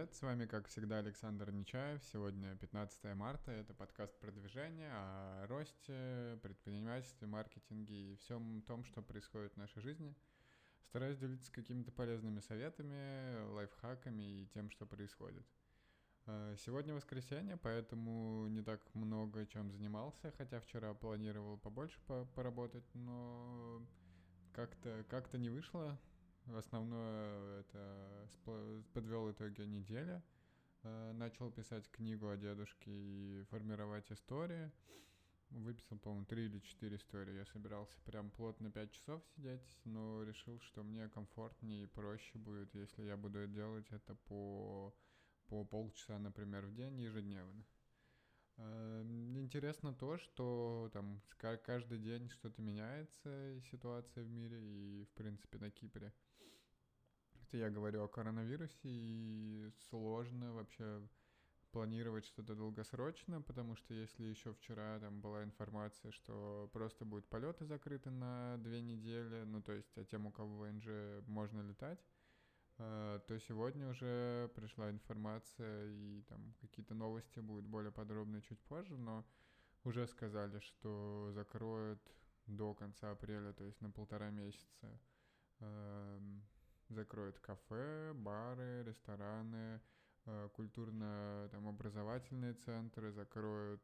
привет! С вами, как всегда, Александр Нечаев. Сегодня 15 марта. Это подкаст продвижения о росте, предпринимательстве, маркетинге и всем том, что происходит в нашей жизни. Стараюсь делиться какими-то полезными советами, лайфхаками и тем, что происходит. Сегодня воскресенье, поэтому не так много чем занимался, хотя вчера планировал побольше поработать, но как-то не вышло. Основное это подвел итоги недели. Начал писать книгу о дедушке и формировать истории. Выписал, по-моему, 3 или 4 истории. Я собирался прям плотно 5 часов сидеть, но решил, что мне комфортнее и проще будет, если я буду делать это по полчаса, например, в день ежедневно. Интересно то, что там каждый день что-то меняется, и ситуация в мире, и, в принципе, на Кипре. Это я говорю о коронавирусе, и сложно вообще планировать что-то долгосрочно, потому что если еще вчера там была информация, что просто будут полеты закрыты на 2 недели, ну то есть тем, у кого ВНЖ можно летать, то сегодня уже пришла информация и там какие-то новости будут более подробные чуть позже, но уже сказали, что закроют до конца апреля, то есть на 1,5 месяца. эм, Закроют кафе, бары, рестораны, культурно там образовательные центры, закроют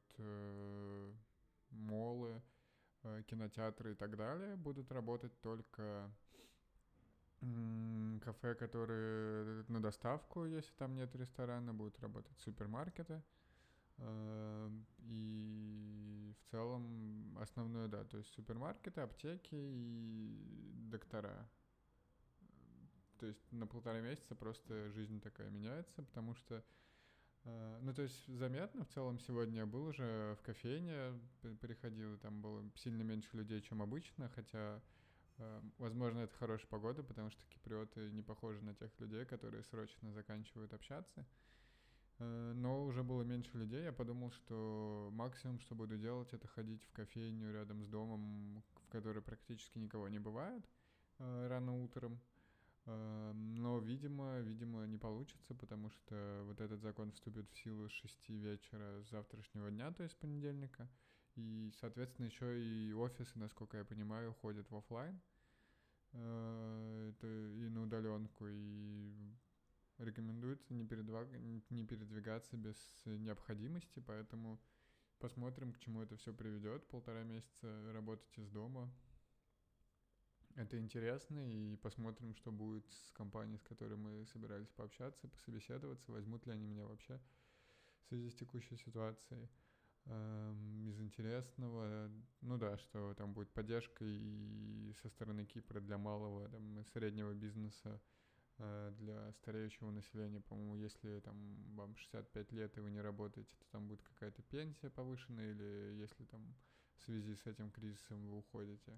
молы, кинотеатры и так далее. Будут работать только кафе, которые на доставку, если там нет ресторана, будут работать супермаркеты. И в целом основное, да, то есть супермаркеты, аптеки и доктора. То есть на 1,5 месяца просто жизнь такая меняется, потому что, ну, то есть заметно, в целом сегодня я был уже в кофейне, приходил, и там было сильно меньше людей, чем обычно, хотя, возможно, это хорошая погода, потому что киприоты не похожи на тех людей, которые срочно заканчивают общаться. Но уже было меньше людей, я подумал, что максимум, что буду делать, это ходить в кофейню рядом с домом, в которой практически никого не бывает, рано утром. Но, видимо, не получится, потому что вот этот закон вступит в силу с 6 вечера с завтрашнего дня, то есть понедельника. И, соответственно, еще и офисы, насколько я понимаю, ходят в офлайн, это и на удаленку, и рекомендуется не передвигаться без необходимости, поэтому посмотрим, к чему это все приведет. 1,5 месяца работать из дома. Это интересно, и посмотрим, что будет с компанией, с которой мы собирались пообщаться, пособеседоваться, возьмут ли они меня вообще в связи с текущей ситуацией. Из интересного, ну да, что там будет поддержка и со стороны Кипра для малого, там, и среднего бизнеса, для стареющего населения, по-моему, если там вам 65 лет и вы не работаете, то там будет какая-то пенсия повышенная, или если там в связи с этим кризисом вы уходите.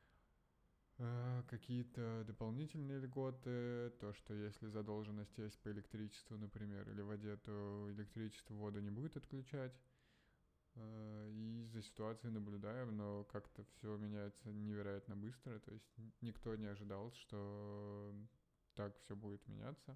Какие-то дополнительные льготы, то, что если задолженность есть по электричеству, например, или воде, то электричество, воду не будет отключать. И за ситуацией наблюдаем, но как-то все меняется невероятно быстро, то есть никто не ожидал, что так все будет меняться.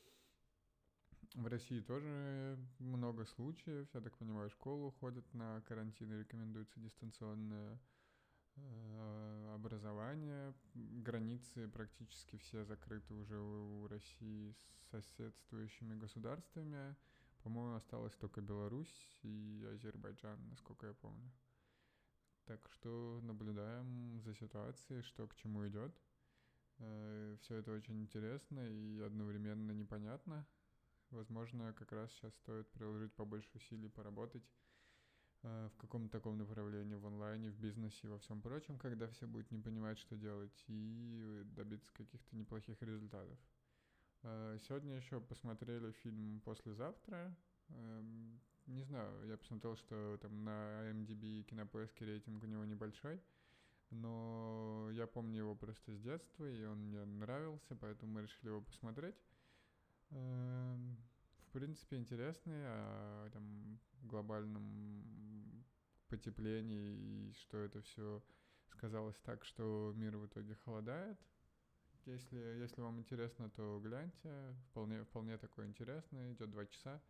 В России тоже много случаев, я так понимаю, школы ходят на карантин и рекомендуется дистанционное образование. Границы практически все закрыты уже у России с соседствующими государствами. По-моему, осталось только Беларусь и Азербайджан, насколько я помню. Так что наблюдаем за ситуацией, что к чему идет. Все это очень интересно и одновременно непонятно. Возможно, как раз сейчас стоит приложить побольше усилий, поработать в каком-то таком направлении, в онлайне, в бизнесе и во всем прочем, когда все будут не понимать, что делать, и добиться каких-то неплохих результатов. Сегодня еще посмотрели фильм «Послезавтра». Не знаю, я посмотрел, что там на IMDb и Кинопоиске рейтинг у него небольшой, но я помню его просто с детства, и он мне нравился, поэтому мы решили его посмотреть. В принципе, интересный о там, глобальном потеплении, и что это все сказалось так, что мир в итоге холодает. Если вам интересно, то гляньте. Вполне такой интересный. Идет 2 часа.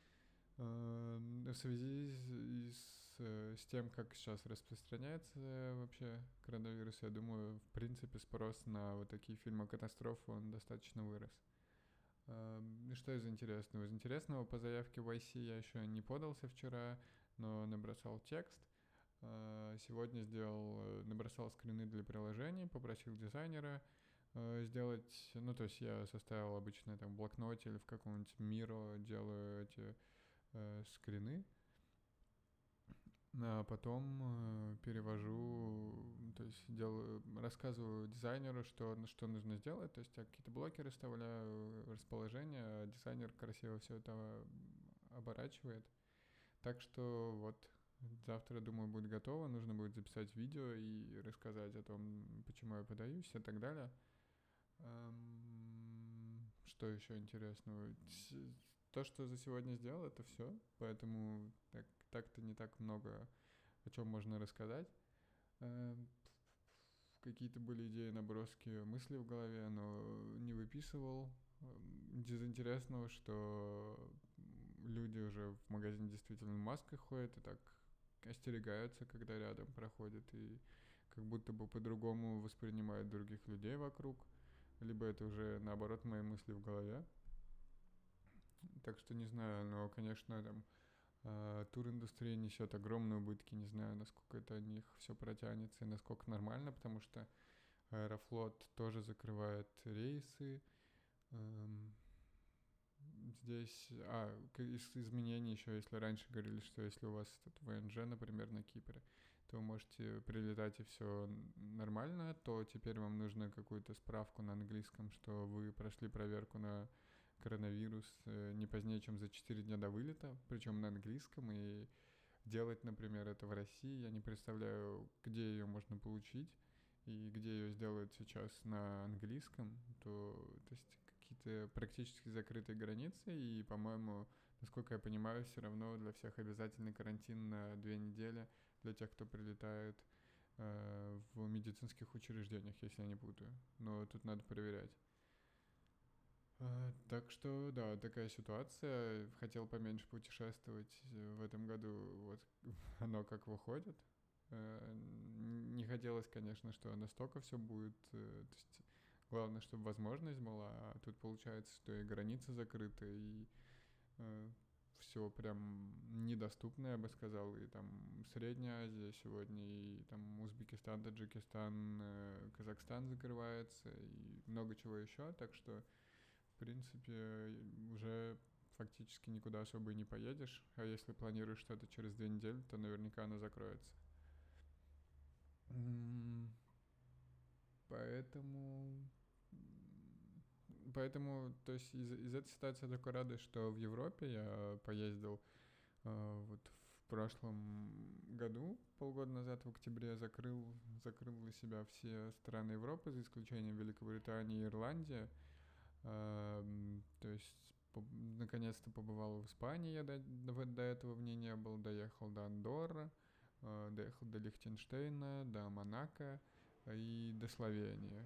В связи с тем, как сейчас распространяется вообще коронавирус, я думаю, в принципе, спрос на вот такие фильмы-катастрофы, он достаточно вырос. Что из интересного? Из интересного по заявке в IC я еще не подался вчера, но набросал текст. Сегодня набросал скрины для приложений, попросил дизайнера сделать, ну, то есть я составил обычно там в блокноте или в каком-нибудь Miro, делаю эти скрины, а потом перевожу, то есть рассказываю дизайнеру, что нужно сделать, то есть я какие-то блоки расставляю, расположение, а дизайнер красиво все это оборачивает. Так что вот завтра, думаю, будет готово, нужно будет записать видео и рассказать о том, почему я подаюсь и так далее. Что еще интересного? То, что за сегодня сделал, это все, поэтому так-то не так много о чем можно рассказать. Какие-то были идеи, наброски, мысли в голове, но не выписывал. Из интересного, что люди уже в магазин действительно в масках ходят и так остерегаются, когда рядом проходят, и как будто бы по-другому воспринимают других людей вокруг. Либо это уже, наоборот, мои мысли в голове. Так что не знаю, но, конечно, там туриндустрия несет огромные убытки, не знаю, насколько это у них все протянется и насколько нормально, потому что Аэрофлот тоже закрывает рейсы. Здесь, из изменений еще, если раньше говорили, что если у вас тут ВНЖ, например, на Кипре, то вы можете прилетать и все нормально, то теперь вам нужно какую-то справку на английском, что вы прошли проверку на коронавирус не позднее, чем за 4 дня до вылета, причем на английском, и делать, например, это в России, я не представляю, где ее можно получить, и где ее сделают сейчас на английском, то есть какие-то практически закрытые границы, и, по-моему, насколько я понимаю, все равно для всех обязательный карантин на 2 недели для тех, кто прилетает в медицинских учреждениях, если я не путаю. Но тут надо проверять. Так что, да, такая ситуация. Хотел поменьше путешествовать в этом году. Вот оно как выходит. Не хотелось, конечно, что настолько все будет. То есть главное, чтобы возможность была. А тут получается, что и границы закрыты, и все прям недоступно, я бы сказал. И там Средняя Азия сегодня, и там Узбекистан, Таджикистан, Казахстан закрывается, и много чего еще. Так что в принципе, уже фактически никуда особо и не поедешь. А если планируешь что-то через 2 недели, то наверняка оно закроется. Поэтому... Поэтому, то есть из этой ситуации я только радуюсь, что в Европе я поездил вот в прошлом году, полгода назад, в октябре, закрыл для себя все страны Европы, за исключением Великобритании и Ирландии. То есть наконец-то побывал в Испании, я до этого в ней не был, доехал до Андорры, доехал до Лихтенштейна, до Монако и до Словении.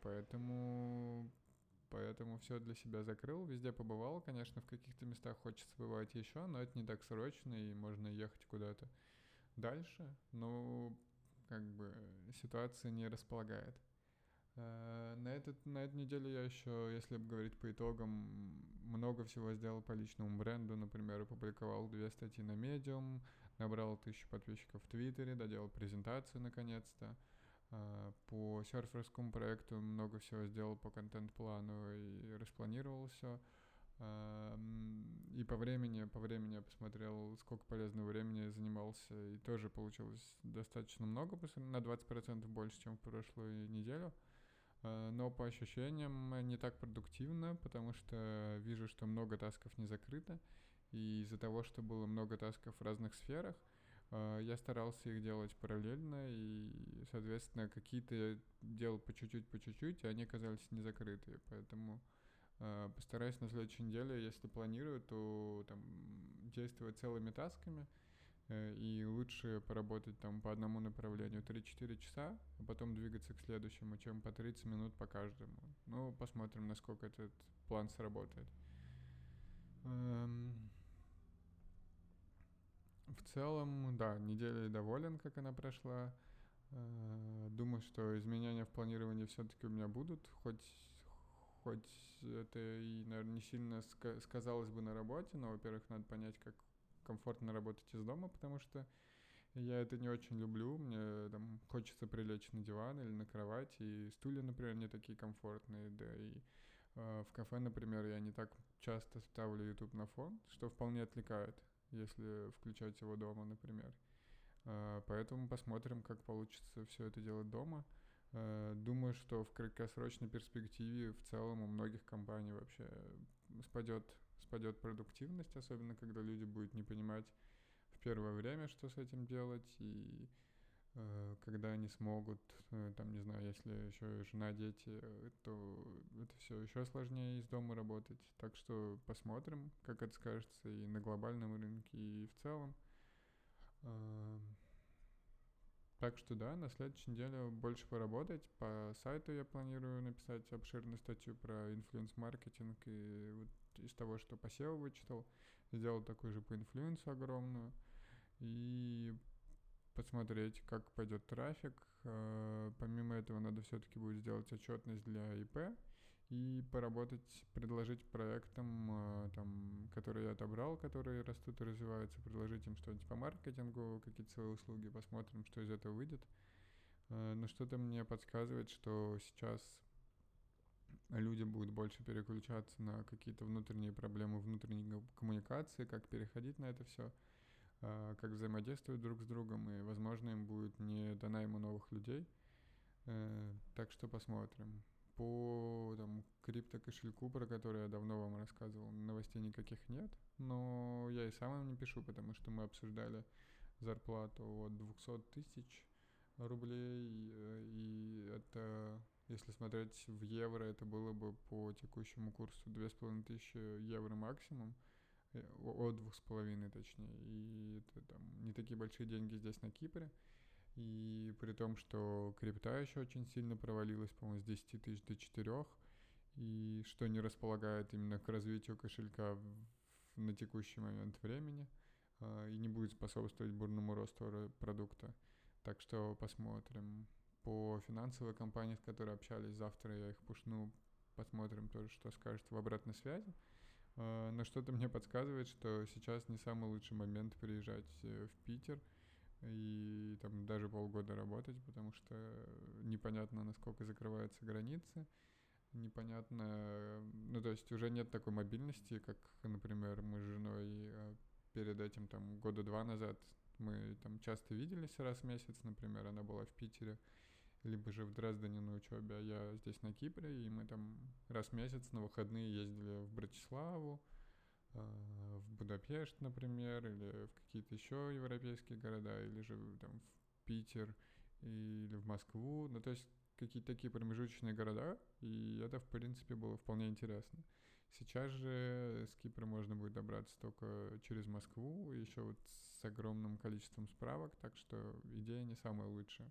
Поэтому все для себя закрыл, везде побывал, конечно, в каких-то местах хочется бывать еще, но это не так срочно, и можно ехать куда-то дальше, но как бы ситуация не располагает. На этой неделе я еще, если говорить по итогам, много всего сделал по личному бренду. Например, опубликовал 2 статьи на Medium, набрал 1000 подписчиков в Твиттере, доделал презентацию наконец-то. По серферскому проекту много всего сделал по контент-плану и распланировал все. И по времени я посмотрел, сколько полезного времени я занимался, и тоже получилось достаточно много, на 20% больше, чем в прошлую неделю. Но по ощущениям не так продуктивно, потому что вижу, что много тасков не закрыто, и из-за того, что было много тасков в разных сферах, я старался их делать параллельно, и, соответственно, какие-то я делал по чуть-чуть, а они оказались не закрытые, поэтому постараюсь на следующей неделе, если планирую, то там действовать целыми тасками, И лучше поработать там по одному направлению 3-4 часа, а потом двигаться к следующему, чем по 30 минут по каждому. Ну, посмотрим, насколько этот план сработает. В целом, да, неделя доволен, как она прошла. Думаю, что изменения в планировании все-таки у меня будут, хоть это и, наверное, не сильно сказалось бы на работе, но, во-первых, надо понять, как комфортно работать из дома, потому что я это не очень люблю, мне там хочется прилечь на диван или на кровать, и стулья, например, не такие комфортные, да и в кафе, например, я не так часто ставлю YouTube на фон, что вполне отвлекает, если включать его дома, например. Поэтому посмотрим, как получится все это делать дома. Думаю, что в краткосрочной перспективе в целом у многих компаний вообще спадет, спадет продуктивность, особенно когда люди будут не понимать в первое время, что с этим делать, и когда они смогут, там, не знаю, если еще жена, дети, то это все еще сложнее из дома работать. Так что посмотрим, как это скажется и на глобальном рынке, и в целом. Так что да, на следующей неделе больше поработать. По сайту я планирую написать обширную статью про инфлюенс-маркетинг и вот из того, что по SEO вычитал, сделал такую же по инфлюенсу огромную и посмотреть, как пойдет трафик. Помимо этого надо все-таки будет сделать отчетность для ИП и поработать, предложить проектам, там, которые я отобрал, которые растут и развиваются, предложить им что-нибудь по маркетингу, какие-то свои услуги, посмотрим, что из этого выйдет. Но что-то мне подсказывает, что сейчас люди будут больше переключаться на какие-то внутренние проблемы внутренней коммуникации, как переходить на это все, как взаимодействовать друг с другом, и, возможно, им будет не до найма новых людей. Так что посмотрим. По там, криптокошельку, про который я давно вам рассказывал, новостей никаких нет, но я и сам им не пишу, потому что мы обсуждали зарплату от 200 тысяч рублей, и это, если смотреть в евро, это было бы по текущему курсу 2500 евро максимум, от 2,5 точнее, и это там не такие большие деньги здесь на Кипре. И при том, что крипта еще очень сильно провалилась, по-моему, с 10 тысяч до 4, и что не располагает именно к развитию кошелька на текущий момент времени, и не будет способствовать бурному росту продукта. Так что посмотрим. По финансовой компании, с которой общались, завтра я их пушну, посмотрим тоже, что скажет в обратной связи. Но что-то мне подсказывает, что сейчас не самый лучший момент приезжать в Питер и там даже полгода работать, потому что непонятно, насколько закрываются границы, непонятно, ну то есть уже нет такой мобильности, как, например, мы с женой перед этим там года 2 назад мы там часто виделись раз в месяц, например, она была в Питере, либо же в Дрездене на учебе, а я здесь на Кипре, и мы там раз в месяц на выходные ездили в Братиславу, в Будапешт, например, или в какие-то еще европейские города, или же там в Питер, или в Москву. Ну, то есть какие-то такие промежуточные города, и это, в принципе, было вполне интересно. Сейчас же с Кипра можно будет добраться только через Москву, еще вот с огромным количеством справок, так что идея не самая лучшая.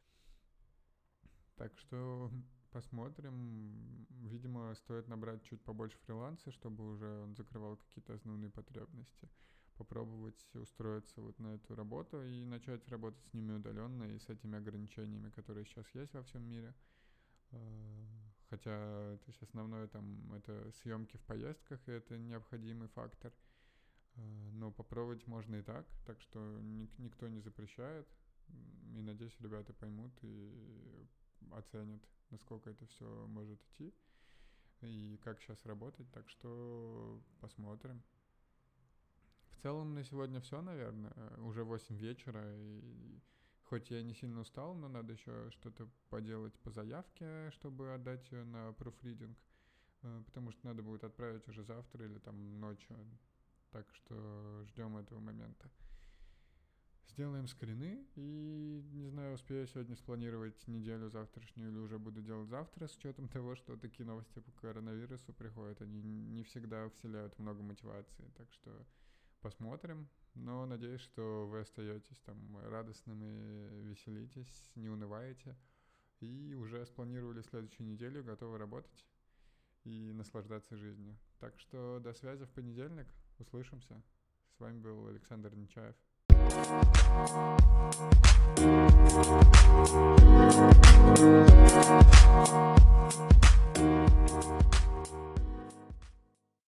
Так что посмотрим. Видимо, стоит набрать чуть побольше фриланса, чтобы уже он закрывал какие-то основные потребности. Попробовать устроиться вот на эту работу и начать работать с ними удаленно и с этими ограничениями, которые сейчас есть во всем мире. Хотя, то есть основное там это съемки в поездках, и это необходимый фактор. Но попробовать можно и так, так что никто не запрещает. И надеюсь, ребята поймут и оценят, насколько это все может идти и как сейчас работать. Так что посмотрим. В целом на сегодня все, наверное. Уже 8 вечера, и хоть я не сильно устал, но надо еще что-то поделать по заявке, чтобы отдать ее на профридинг, потому что надо будет отправить уже завтра или там ночью. Так что ждем этого момента. Сделаем скрины, и, не знаю, успею сегодня спланировать неделю завтрашнюю или уже буду делать завтра, с учетом того, что такие новости по коронавирусу приходят, они не всегда вселяют много мотивации, так что посмотрим. Но надеюсь, что вы остаетесь там радостными, веселитесь, не унываете. И уже спланировали следующую неделю, готовы работать и наслаждаться жизнью. Так что до связи в понедельник. Услышимся. С вами был Александр Нечаев.